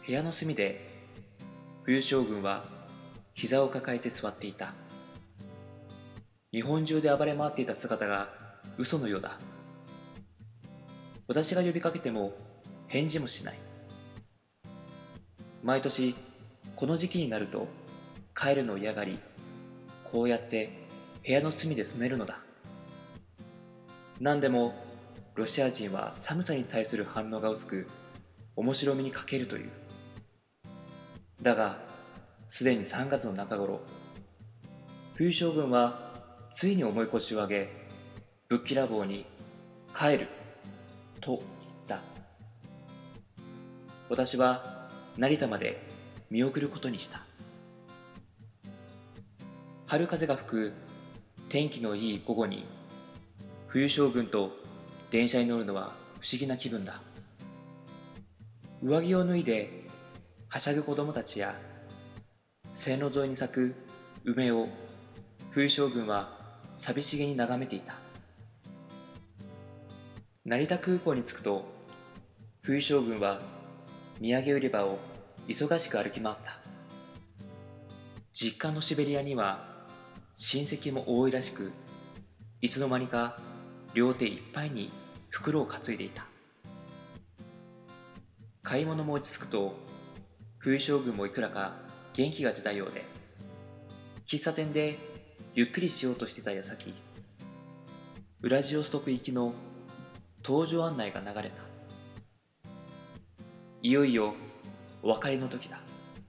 部屋の隅で冬将軍は膝を抱えて座っていた。日本中で暴れ回っていた姿が嘘のようだ。私が呼びかけても返事もしない。毎年この時期になると帰るのを嫌がり、こうやって部屋の隅で拗ねるのだ。何でもロシア人は寒さに対する反応が薄く、面白みに欠けるという。だがすでに3月の中頃、冬将軍はついに重い腰を上げ、ぶっきらぼうに帰ると言った。私は成田まで見送ることにした。春風が吹く天気のいい午後に冬将軍と電車に乗るのは不思議な気分だ。上着を脱いではしゃぐ子供たちや線路沿いに咲く梅を冬将軍は寂しげに眺めていた。成田空港に着くと冬将軍は土産売り場を忙しく歩き回った。実家のシベリアには親戚も多いらしく、いつの間にか両手いっぱいに袋を担いでいた。買い物も落ち着くと冬将軍もいくらか元気が出たようで、喫茶店でゆっくりしようとしてた矢先、ウラジオストク行きの搭乗案内が流れた。いよいよお別れの時だ。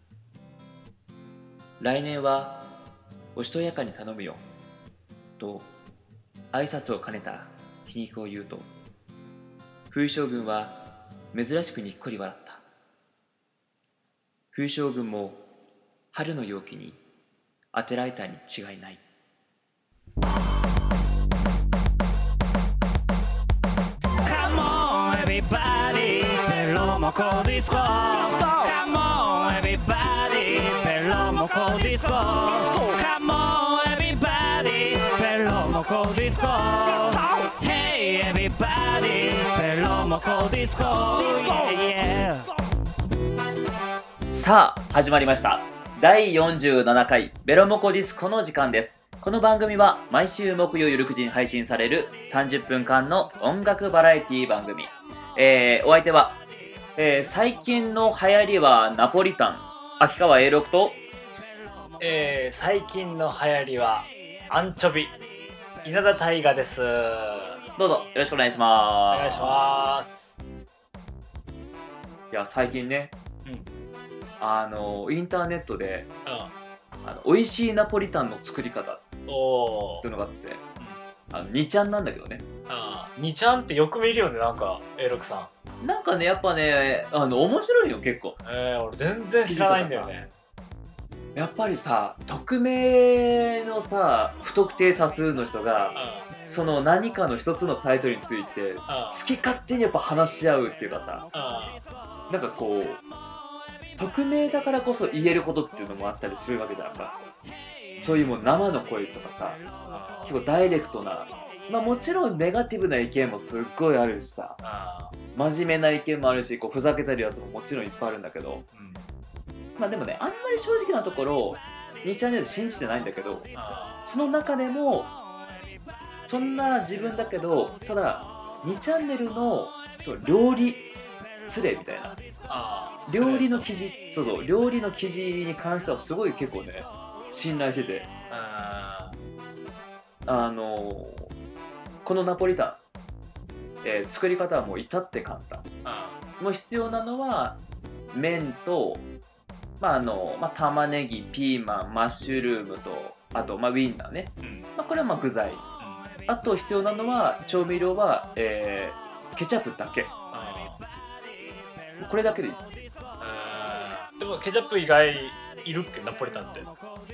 来年はおしとやかに頼むよと挨拶を兼ねた皮肉を言うと、冬将軍は珍しくにっこり笑った。冬将軍も春の陽気に当てられたに違いない。 Come on everybody ベロモコディスコ Come on everybody ベロモコディスコ Come on everybody ベロモコディスコ Hey everybody ベロモコディスコ Yeah, yeah. さあ始まりました。第47回ベロモコディスコの時間です。この番組は毎週木曜夜9時に配信される30分間の音楽バラエティ番組。お相手は、最近の流行りはナポリタン、秋川 A6 と、 最近の流行りはアンチョビ、稲田大我です。 どうぞよろしくお願いしおます。 願いします。 いや最近ね、インターネットで美味しいナポリタンの作り方っおていうのがあって、2ちゃんなんだけどね。 2ちゃんってよく見るよね、なんか A6 さん。 なんかねやっぱね面白いよ結構。 俺全然知らないんだよね。 やっぱりさ、匿名のさ不特定多数の人がその何かの一つのタイトルについて好き勝手にやっぱ話し合うっていうかさ、なんかこう匿名だからこそ言えることっていうのもあったりするわけじゃんか。そういうもう生の声とかさ、結構ダイレクトな、まあもちろんネガティブな意見もすっごいあるしさ、真面目な意見もあるし、こうふざけてるやつももちろんいっぱいあるんだけど、まあでもね、あんまり正直なところ2チャンネル信じてないんだけど、その中でもそんな自分だけど、ただ2チャンネルの料理スレみたいな、料理の記事、料理の記事に関してはすごい結構ね信頼してて、このナポリタン、作り方はもう至って簡単。もう必要なのは麺と、玉ねぎ、ピーマン、マッシュルームと、あとウインナーね、これは具材、あと必要なのは調味料は、ケチャップだけ。これだけでいい。 でもケチャップ以外いるっけ、ナポリタンって。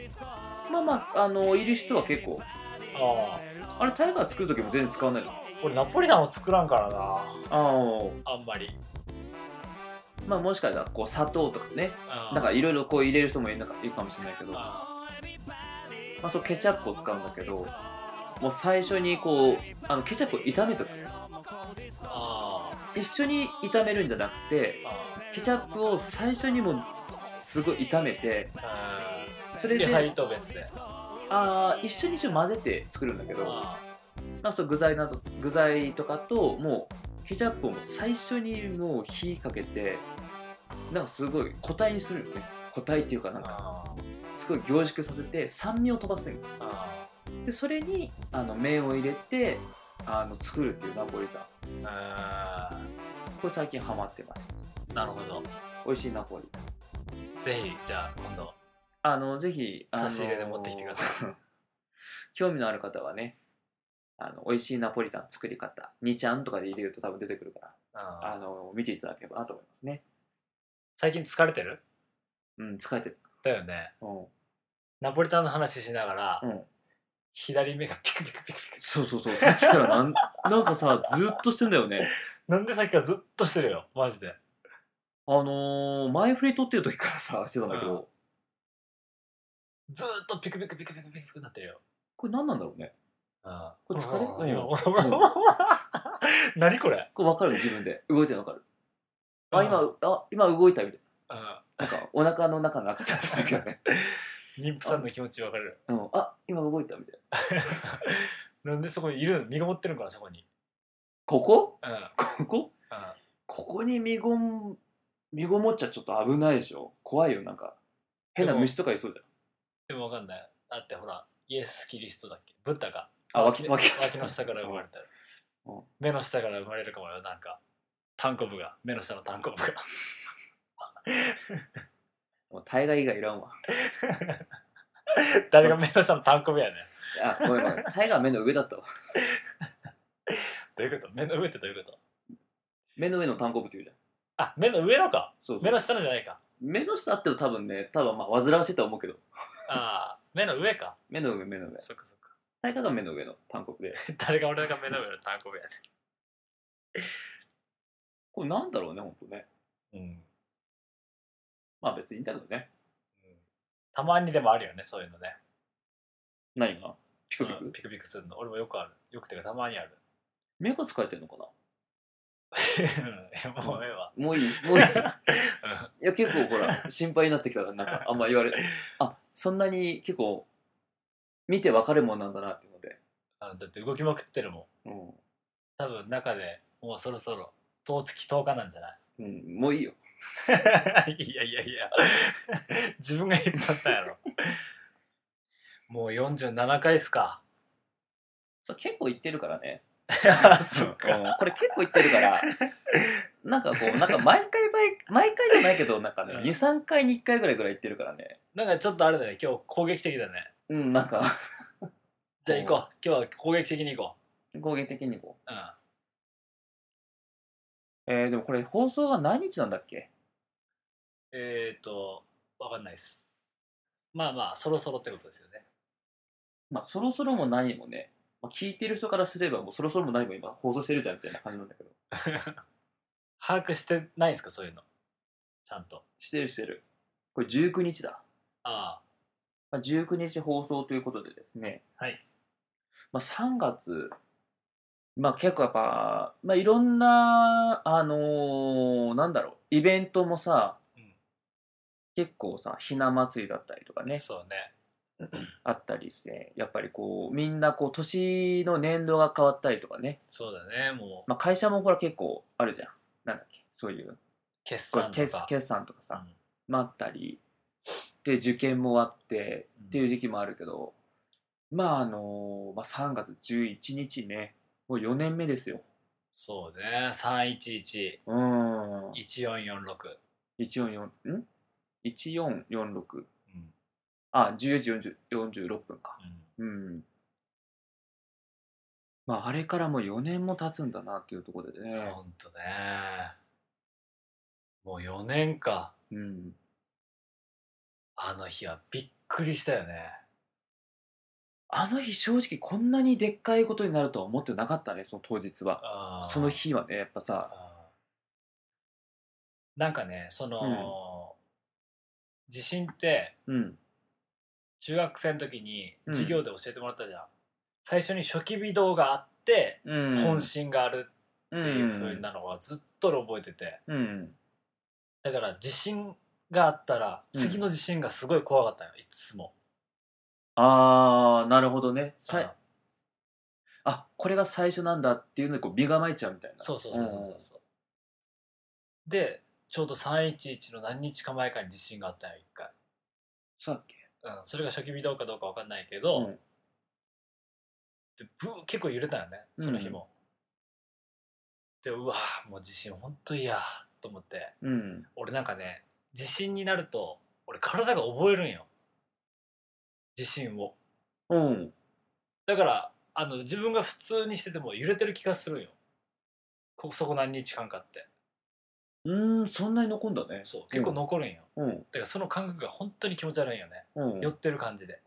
いる人は結構。あれタイガー作る時も全然使わないの。 俺ナポリタンを作らんからな。あんまり。 もしかしたらこう砂糖とかね、なんかいろいろこう入れる人もいるかもしれないけど、そうケチャップを使うんだけど、もう最初にこうケチャップを炒めとく。一緒に炒めるんじゃなくて、 ケチャップを最初にもすごい炒めて、それで野菜と別で一緒に混ぜて作るんだけど、なんかそう具材とかともうケチャップをもう最初にもう火かけて、なんかすごい固体にするよね。固体っていうかなんかすごい凝縮させて酸味を飛ばすんよ。でそれに麺を入れて作るっていうナポリタン。これ最近ハマってます。 なるほど。 美味しいナポリタン。 ぜひじゃあ今度ぜひ差し入れで持ってきてください。 興味のある方はね、美味しいナポリタン作り方2ちゃんとかで入れると多分出てくるから、見ていただければなと思いますね。 最近疲れてる？ 疲れてる。 だよね。ナポリタンの話しながら、左目がピクピクピクピク。 そうさっきからなんかさずっとしてんだよね。 なんでさっきからずっとしてるよマジで。 前振り撮ってる時からさしてたんだけど、 ずーっとピクピクピクピクピクなってるよ。 これ何なんだろうね。これ疲れ？ 何これ？ これ分かる？自分で動いてるの分かる？今動いたみたいな。なんかお腹の中の赤ちゃんじゃないけどね。 妊婦さんの気持ち分かる。 今動いたみたいな。なんでそこにいるの？身ごもってるんかなそこに。 ここ？ ここ？ここに身ごもっちゃちょっと危ないでしょ。怖いよ。なんか変な虫とかいそうじゃん。 でも分かんない。だってほらイエス・キリストだっけ、ブッダが脇の下から生まれた。目の下から生まれるかもよ。なんかタンコブが、目の下のタンコブが。 もう大概以外いらんわ。 誰が目の下のタンコブやねん。 ごめん大概は目の上だったわ。 どういうこと？目の上ってどういうこと？ 目の上のタンコブって言うじゃん。 目の上のか。 そう目の下のじゃないか。 目の下って多分まあ煩わしいとは思うけど。 目の上か。 目の上。 そっか。 大概が目の上のタンコブで。 誰が俺が目の上のタンコブやねん。 これなんだろうね、ほんとね。まあ別にいいんだけどね。 たまにでもあるよね、そういうのね。 何が？ピクピク？ ピクピクするの。俺もよくある。よくてかたまにある。 目が疲れてんのかな？ もうええわ。 もういい。いや結構ほら心配になってきたから、なんかあんま言われそんなに結構見て分かるもんなんだなっていうので。 だって動きまくってるもん。多分中でもうそろそろ10月10日なんじゃない？ もういいよ。 いや自分が引っ張ったんやろ。もう47回っすか。 そう結構言ってるからね。 そっか。 これ結構言ってるからなんか毎回じゃないけどなんかね、2,3 回に1回ぐらい言ってるからね。 なんかちょっとあれだね、今日攻撃的だね。 なんかじゃあ行こう。今日は攻撃的に行こう。でもこれ放送が何日なんだっけ？ わかんないです。まあそろそろってことですよね。 まあそろそろも何もね、聞いてる人からすればもうそろそろも何も今放送してるじゃんみたいな感じなんだけど。 把握してないんですか、そういうの。ちゃんと。 してる。これ19日だ。19日放送ということでですね。 はい。 3月、結構やっぱ、いろんな、なんだろう、イベントもさ、結構さ、ひな祭りだったりとかね。 そうね。 あったりして、やっぱりみんな年の年度が変わったりとかね。 そうだね、もう。会社もほら結構あるじゃん。なんだっけ、そういう。 決算とかさ、あったり。で、受験もあって、っていう時期もあるけど、3月11日ね、もう4年目ですよ。 そうね、311。1446。 1446。14時46分か。あれからもう4年も経つんだなっていうところでね。 ほんとね。もう4年か。あの日はびっくりしたよね。 あの日正直こんなにでっかいことになるとは思ってなかったね、その当日は。その日はね、やっぱさ。 なんかね、地震って、中学生の時に授業で教えてもらったじゃん。最初に初期微動があって、本震があるっていう風なのはずっと覚えてて。 だから地震があったら次の地震がすごい怖かったよ、いつも。 あー、なるほどね。 うんあ、これが最初なんだっていうのでこう身構えちゃうみたいな。 そうそうそうそうそう。でちょうど311の何日か前かに地震があったよ一回。 そうだっけ。 それが初期微動かどうか分かんないけど、で結構揺れたよねその日も。でうわもう地震ほんと嫌と思って、俺なんかね地震になると俺体が覚えるんよ地震を。だから自分が普通にしてても揺れてる気がするんよそこ何日間かって。 そんなに残んだね。 そう結構残るんよ。だからその感覚が本当に気持ち悪いんよね。寄ってる感じで。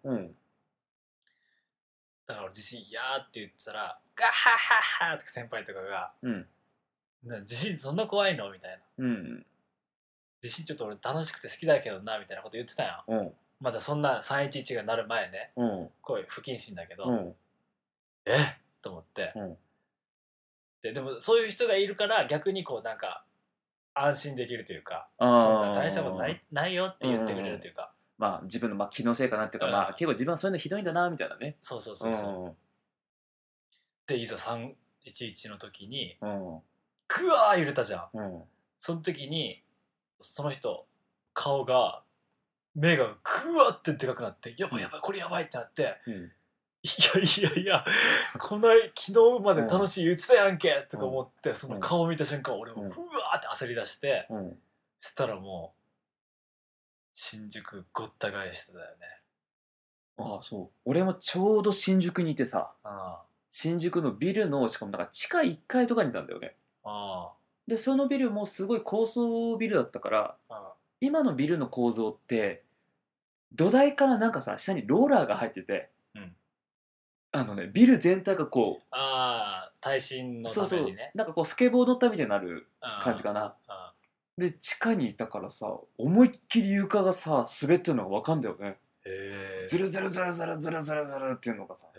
だから俺地震嫌って言ってたらガッハッハッハって先輩とかが地震そんな怖いのみたいな。地震ちょっと俺楽しくて好きだけどなみたいなこと言ってたやん。まだそんな311がなる前ね。こういう不謹慎だけど、と思って、でもそういう人がいるから逆にこうなんか安心できるというか、そんな大したことないよって言ってくれるというか、 まあ自分の気のせいかなっていうか、まあ結構自分はそういうのひどいんだなみたいなね。 そうそうそうそう。でいざ311の時にグワー揺れたじゃん。その時にその人顔が目がグワーってでかくなって、やばいやばいこれやばいってなって、いやいやいやこの昨日まで楽しい言ってたやんけとか思って、その顔を見た瞬間俺もうわーって焦り出して、したらもう新宿ごった返してたよね。 ああそう。俺もちょうど新宿にいてさ、新宿のビルのしかもなんか地下1階とかにいたんだよね。でそのビルもすごい高層ビルだったから、今のビルの構造って土台からなんかさ下にローラーが入ってて、ビル全体がこう耐震のためにね。そうそうなんかこうスケボー乗ったみたいになる感じかな。で地下にいたからさ思いっきり床がさ滑ってるのが分かんだよね。ズルズルズルズルズルズルズルっていうのがさ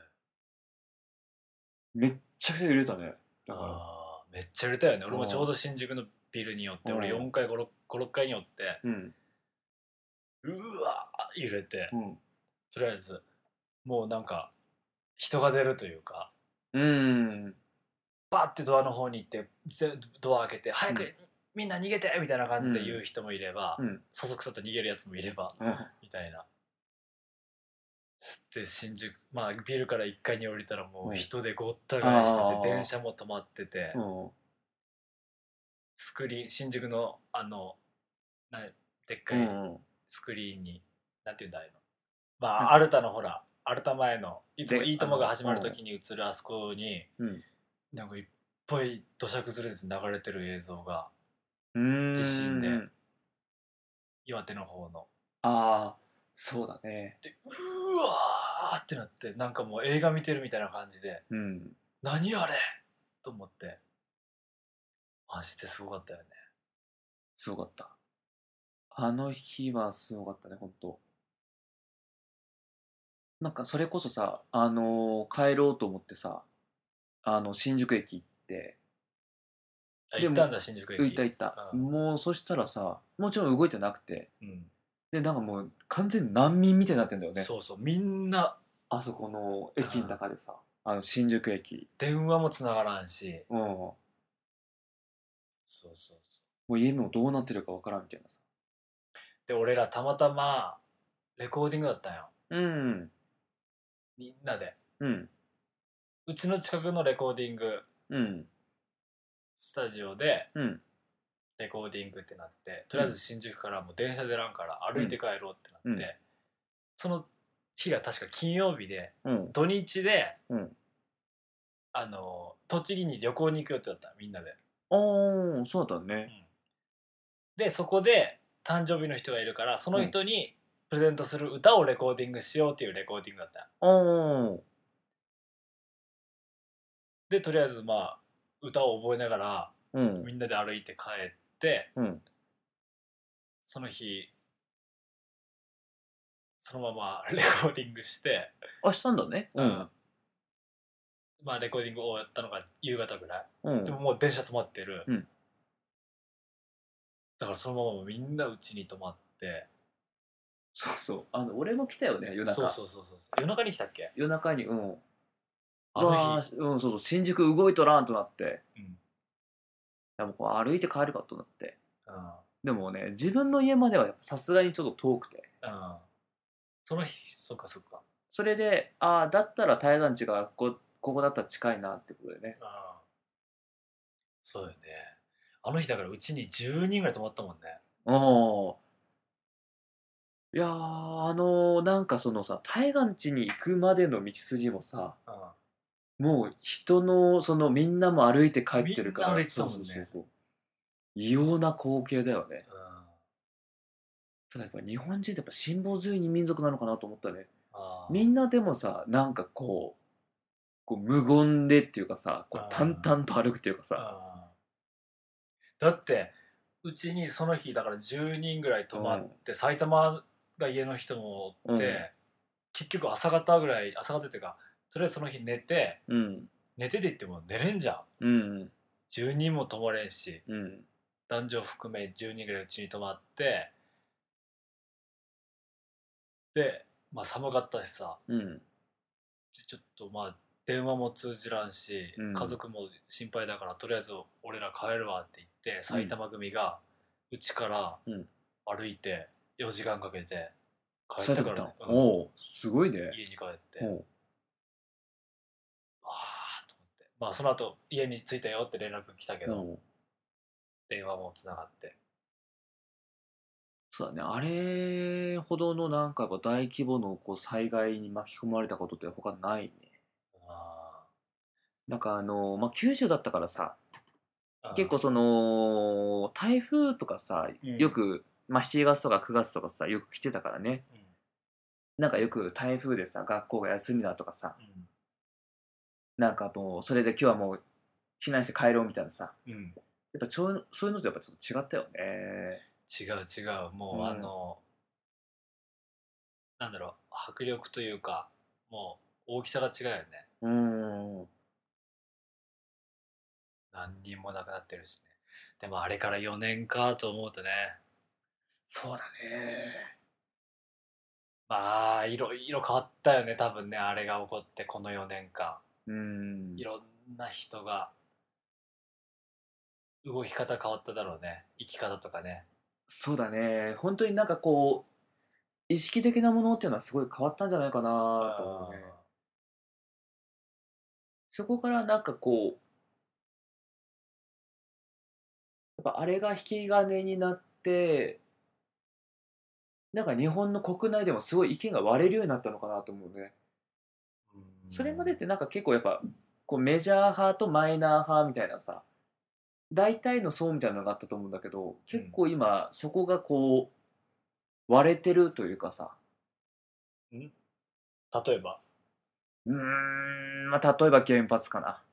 めっちゃくちゃ揺れたね。だからめっちゃ揺れたよね。俺もちょうど新宿のビルによって俺4階56階によって、うわ揺れて、とりあえずもうなんか人が出るというか、バッてドアの方に行ってドア開けて早くみんな逃げてみたいな感じで言う人もいれば、そそくさと逃げるやつもいれば、みたいな。で新宿ビルから1階に降りたらもう人でごった返してて、電車も止まってて、スクリーン新宿のでっかいスクリーンになんていうんだアルタのほらアルタ前のいつもいいともが始まる時に映るあそこに、なんかいっぱい土砂崩れで流れてる映像が地震で岩手の方のそうだね。 でうわーってなって、なんかもう映画見てるみたいな感じで、何あれと思って、マジですごかったよね。 すごかった。あの日はすごかったね本当。なんかそれこそさ帰ろうと思ってさ新宿駅行って、 行ったんだ新宿駅。 行った、もうそしたらさもちろん動いてなくて、でなんかもう完全に難民みたいになってんだよね。 そうそうみんなあそこの駅の中でさ、新宿駅電話もつながらんし、そうもう家もどうなってるかわからんみたいなさ。 で俺らたまたまレコーディングだったよ。みんなで、うちの近くのレコーディング、スタジオで、レコーディングってなって、とりあえず新宿からもう電車出らんから歩いて帰ろうってなって、その日が確か金曜日で、土日で、栃木に旅行に行く予定だったみんなで。 そうだね、 でそこで誕生日の人がいるからその人にプレゼントする歌をレコーディングしようっていうレコーディングだった。でとりあえず歌を覚えながら、みんなで歩いて帰って、その日そのままレコーディングしてしたんだね。 レコーディングをやったのが夕方ぐらい、でももう電車止まってる、 だからそのままみんなうちに泊まって。 そうそう、俺も来たよね、夜中。 そう夜中に来たっけ。 夜中に、 あの日、 そうそう、新宿動いとらんとなって、 うん、 でもこう歩いて帰るかとなって、 うんでもね、自分の家まではさすがにちょっと遠くて、 その日、そっかそっか。 それで、だったら対岸地がここだったら近いなってことでね。 そうよね。あの日だからうちに10人ぐらい泊まったもんね。 おいやなんかそのさ、対岸地に行くまでの道筋もさ、もう人の、みんなも歩いて帰ってるから、 みんな歩いてたもんね。 そう異様な光景だよね。ただやっぱ日本人ってやっぱ辛抱強い民族なのかなと思ったね。みんなでもさ、なんかこう無言でっていうかさ、こう淡々と歩くっていうかさ。 だってうちにその日だから10人ぐらい泊まって、埼玉が家の人もおって、結局朝方っていうか、とりあえずその日寝て、寝てて言っても寝れんじゃん、10人も泊まれんし、男女含め10人ぐらいうちに泊まって、で、まあ寒かったしさ、ちょっとまあ電話も通じらんし、家族も心配だからとりあえず俺ら帰るわって言って埼玉組がうちから歩いて4時間かけて帰ったからね。 おお、すごいね。 家に帰ってわーと思って、まあその後家に着いたよって連絡来たけど、電話もつながって。 そうだね、あれほどのなんかやっぱ大規模のこう災害に巻き込まれたことって他ないね。なんか九州だったからさ、結構その台風とかさ、よく、7月とか9月とかさよく来てたからね、なんかよく台風でさ学校が休みだとかさ、なんかもうそれで今日はもう避難して帰ろうみたいなさ、やっぱそういうのとやっぱちょっと違ったよね。 違う、もうなんだろう、迫力というかもう大きさが違うよね。何人も亡くなってるしね。でもあれから4年かと思うとね。 そうだね。 まあいろいろ変わったよね多分ね、あれが起こってこの4年間。いろんな人が動き方変わっただろうね、生き方とかね。 そうだね、本当になんかこう意識的なものっていうのはすごい変わったんじゃないかなと思うね。そこからなんかこうやっぱあれが引き金になって、なんか日本の国内でもすごい意見が割れるようになったのかなと思うね。それまでってなんか結構やっぱこうメジャー派とマイナー派みたいなさ、大体の層みたいなのがあったと思うんだけど、結構今そこがこう割れてるというかさ。 例えばまあ例えば原発かな。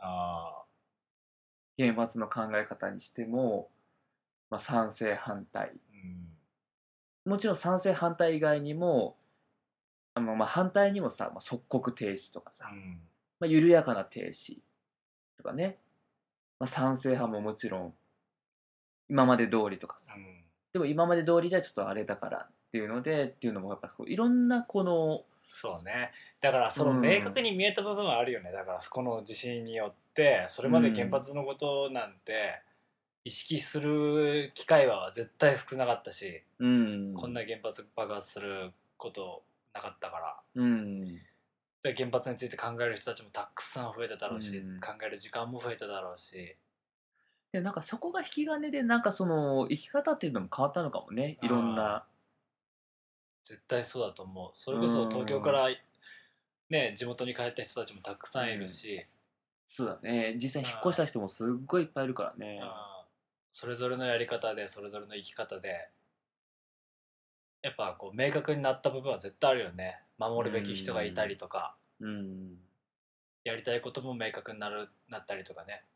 原発の考え方にしても、賛成反対、もちろん賛成反対以外にも反対にもさ、即刻停止とかさ、緩やかな停止とかね、賛成派ももちろん今まで通りとかさ、でも今まで通りじゃちょっとあれだからっていうのでっていうのもやっぱいろんなこの、 そうね、だからその明確に見えた部分はあるよね。だからこの地震によってそれまで原発のことなんて意識する機会は絶対少なかったし、こんな原発爆発することなかったから、で原発について考える人たちもたくさん増えただろうし、考える時間も増えただろうし、 でなんかそこが引き金でなんかその生き方っていうのも変わったのかもね、いろんな。 絶対そうだと思う。それこそ東京からね地元に帰った人たちもたくさんいるし、 そうだね、実際引っ越した人もすっごいいっぱいいるからね。 それぞれのやり方でそれぞれの生き方でやっぱこう明確になった部分は絶対あるよね。守るべき人がいたりとか、やりたいことも明確になったりとかね。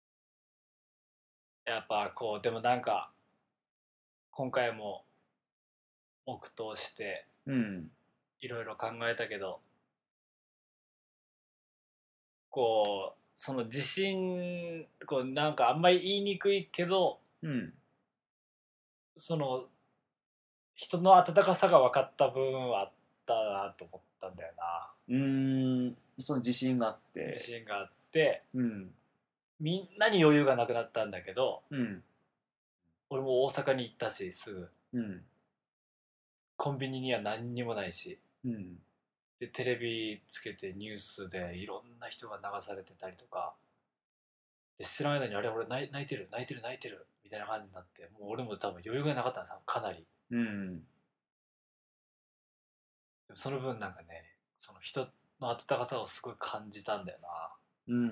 やっぱこうでもなんか今回も黙祷していろいろ考えたけど、こうその地震こうなんかあんまり言いにくいけど、 その人の温かさが分かった部分はあったなと思ったんだよな。 その自信があって。 自信があって、 うん、 みんなに余裕がなくなったんだけど、 うん、 俺も大阪に行ったしすぐ、 うん、 コンビニには何にもないし、 うん、 でテレビつけてニュースでいろんな人が流されてたりとかで、知らない間にあれ俺泣いてるみたいな感じになって、もう俺も多分余裕がなかったんですよ、かなり。 うん、 でもその分なんかね、その人の温かさをすごい感じたんだよな。 うん、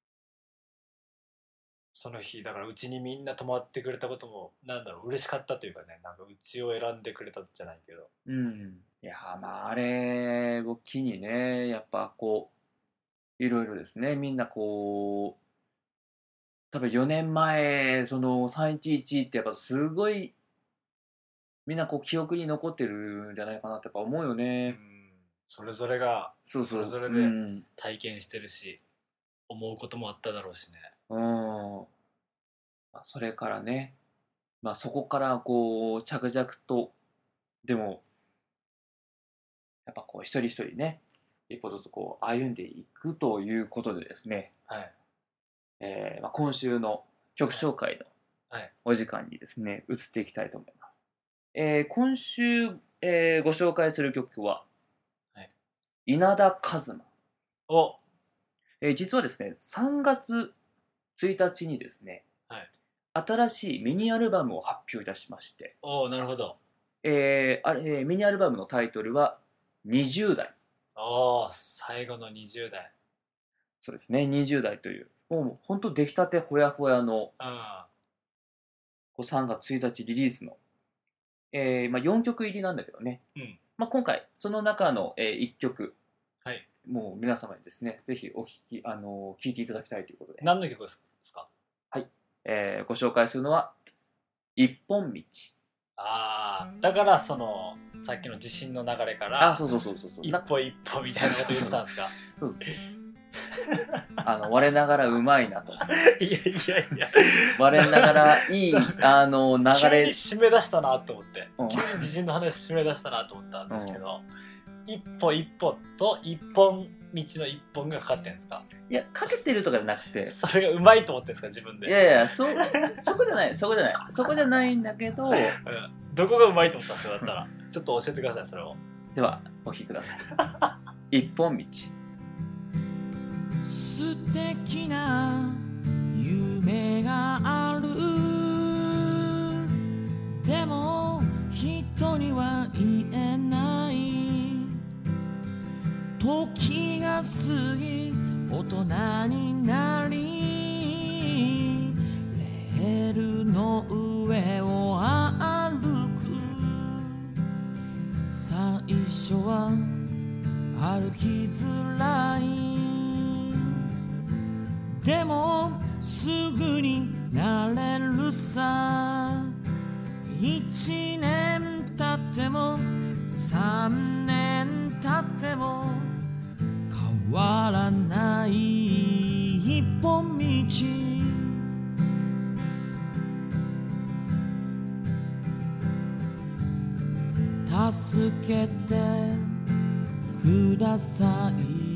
その日だからうちにみんな泊まってくれたこともなんだろう、嬉しかったというかね、なんかうちを選んでくれたじゃないけど、 うん、いやまああれを機にね、やっぱこういろいろですね、みんなこう多分4年前その311ってやっぱすごいみんなこう記憶に残ってるんじゃないかなってやっぱ思うよね。 それぞれがそれぞれで体験してるし、思うこともあっただろうしね。 それからね、そこからこう着々とでもやっぱこう一人一人ね一歩ずつこう歩んでいくということでですね、 はい、 今週の曲紹介のはいお時間にですね移っていきたいと思います。今週、ご紹介する曲は、 はい、 稲田和真。 お、 実はですね3月1日にですね、 はい、 新しいミニアルバムを発表いたしまして、 お、なるほど。 ミニアルバムのタイトルは20代。 お、最後の20代。 そうですね、20代というもう本当出来たてほやほやの3月1日リリースの、4曲入りなんだけどね、今回その中の、1曲、 はい、 もう皆様にですねぜひ聴いていただきたいということで。 何の曲ですか？ はい、ご紹介するのは一本道。 だからそのさっきの地震の流れからそう一歩一歩みたいなこと言ってたんですか？ そうです我ながらうまいなと。 いや我ながらいい流れ急に締め出したなと思って、急に地震の話締め出したなと思ったんですけど、一歩一歩と一本道の一本がかかってるんですか？ いや、かけてるとかじゃなくて、 それがうまいと思ってるんですか、自分で？ いやそこじゃないんだけど、 どこがうまいと思ったんですか？だったらちょっと教えてください、それを。 ではお聴きください。一本道。 素敵な夢がある、でも人には言えない。時が過ぎ大人になり、レールの上を歩く。最初は歩きづらい、でもすぐに慣れるさ。1年経っても3年経っても変わらない一本道。助けてください。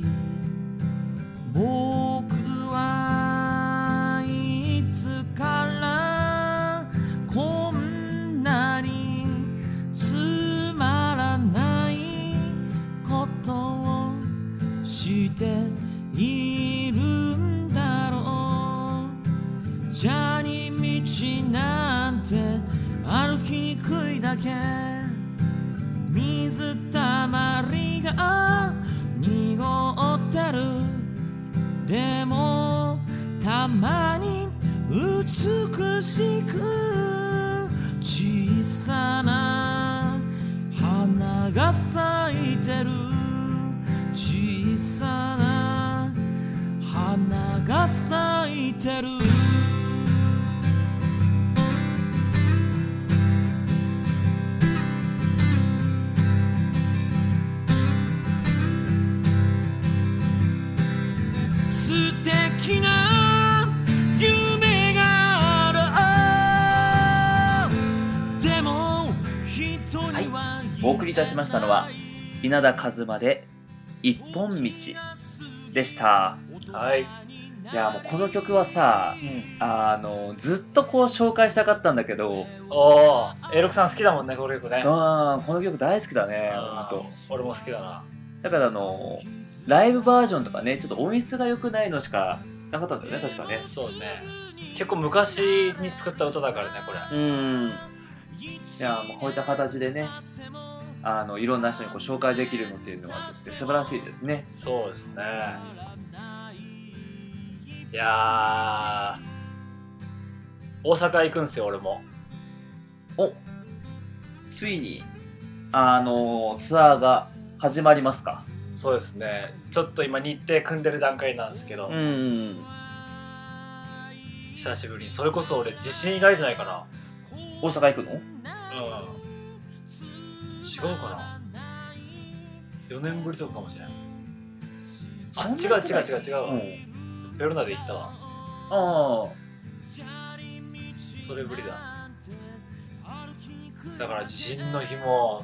僕はいつからこんなにつまらないことをしているんだろう。砂に道なんて歩きにくいだけ。水たまりが濁ってる。でもたまに美しく小さな花が咲いてる。小さな花が咲いてる。素敵な夢がある。 はい、お送りいたしましたのは稲田和馬で一本道でした。 はい。 いやもうこの曲はさ、ずっとこう紹介したかったんだけど。 おー、A6さん好きだもんね、この曲ね。 この曲大好きだね、ほんと。 俺も好きだな。 だからライブバージョンとかね、ちょっと音質が良くないのしかなかったんだよね、確かね。 そうね。結構昔に作った歌だからね、これ。 いやもうこういった形でね、いろんな人にこう紹介できるのっていうのは素晴らしいですね。 そうですね。いや大阪行くんすよ、俺も。 お、ついにツアーが始まりますか？ そうですね。ちょっと今日程組んでる段階なんですけど、久しぶりに、それこそ俺地震以来じゃないかな。 大阪行くの？ 違うかな。4年ぶりとかかもしれない。違う、ベロナで行ったわ。それぶりだ。だから地震の日も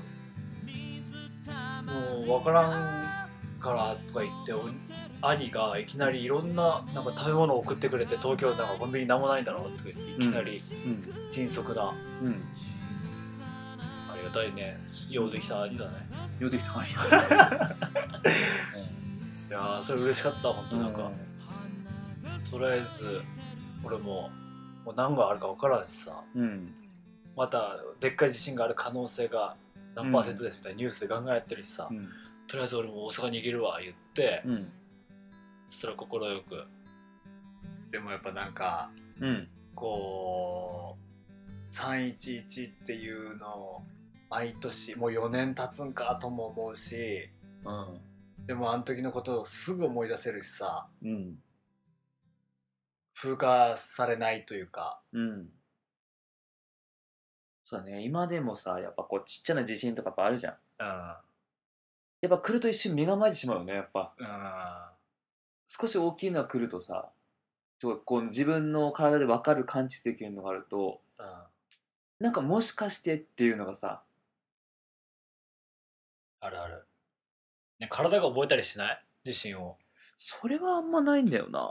う分からんからとか言って、兄がいきなりいろんななんか食べ物を送ってくれて、東京なんかコンビニなんもないんだろうっていきなり迅速な、ありがたいね。ようできた兄だね。 ようできた兄いやー、それ嬉しかった。本当なんか、とりあえず俺もう何があるか分からんしさ、またでっかい地震がある可能性が何%ですみたいなニュースでガンガンやってるしさ、とりあえず俺も大阪に行けるわ言って、そしたら快く。でもやっぱなんか、こう311っていうのを毎年もう4年経つんかとも思うし、でもあの時のことをすぐ思い出せるしさ、風化されないというか、 そうだね。今でもさ、やっぱこうちっちゃな地震とかやっぱあるじゃん。やっぱ来ると一瞬身構えてしまうよね、やっぱ。少し大きいのが来るとさ、こう自分の体で分かる、感知できるのがあると、なんかもしかしてっていうのがさ、 あるある。体が覚えたりしない？地震を。 それはあんまないんだよな。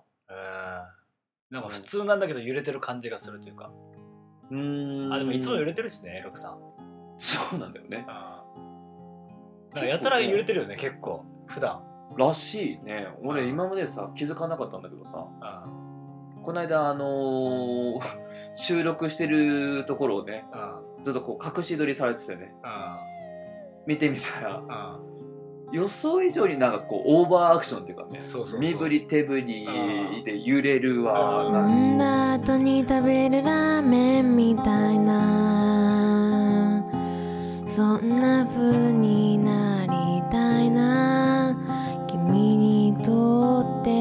なんか普通なんだけど揺れてる感じがするというか。でもいつも揺れてるしね、6さん。 そうなんだよね。 なんかやたら揺れてるよね、結構普段。 らしいね。俺今までさ気づかなかったんだけどさ、この間収録してるところをね、ずっとこう隠し撮りされてたよね。見てみたら、予想以上になんかこうオーバーアクションっていうかね、身振り手振りで揺れるわ。 飲んだ後に食べるラーメンみたいな、そんな風になりたいな。君にとって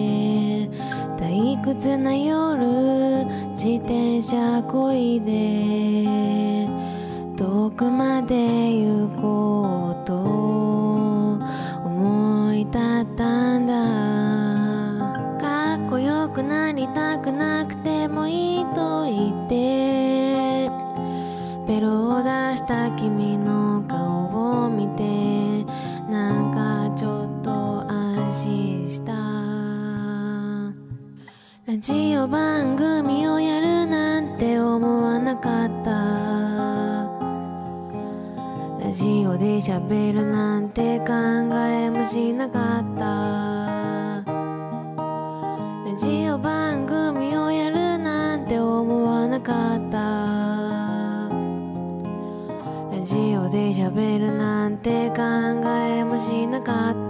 退屈な夜、自転車こいで遠くまで行こうと思い立ったんだ。かっこよくなりたくなくてもいいと言ってベロを出した君の顔を見て、なんかちょっと安心した。ラジオ番組をやるなんて思わなかった。ラジオで喋るなんて考えもしなかった。ラジオ番組をやるなんて思わなかった。ラジオで喋るなんて考えもしなかった。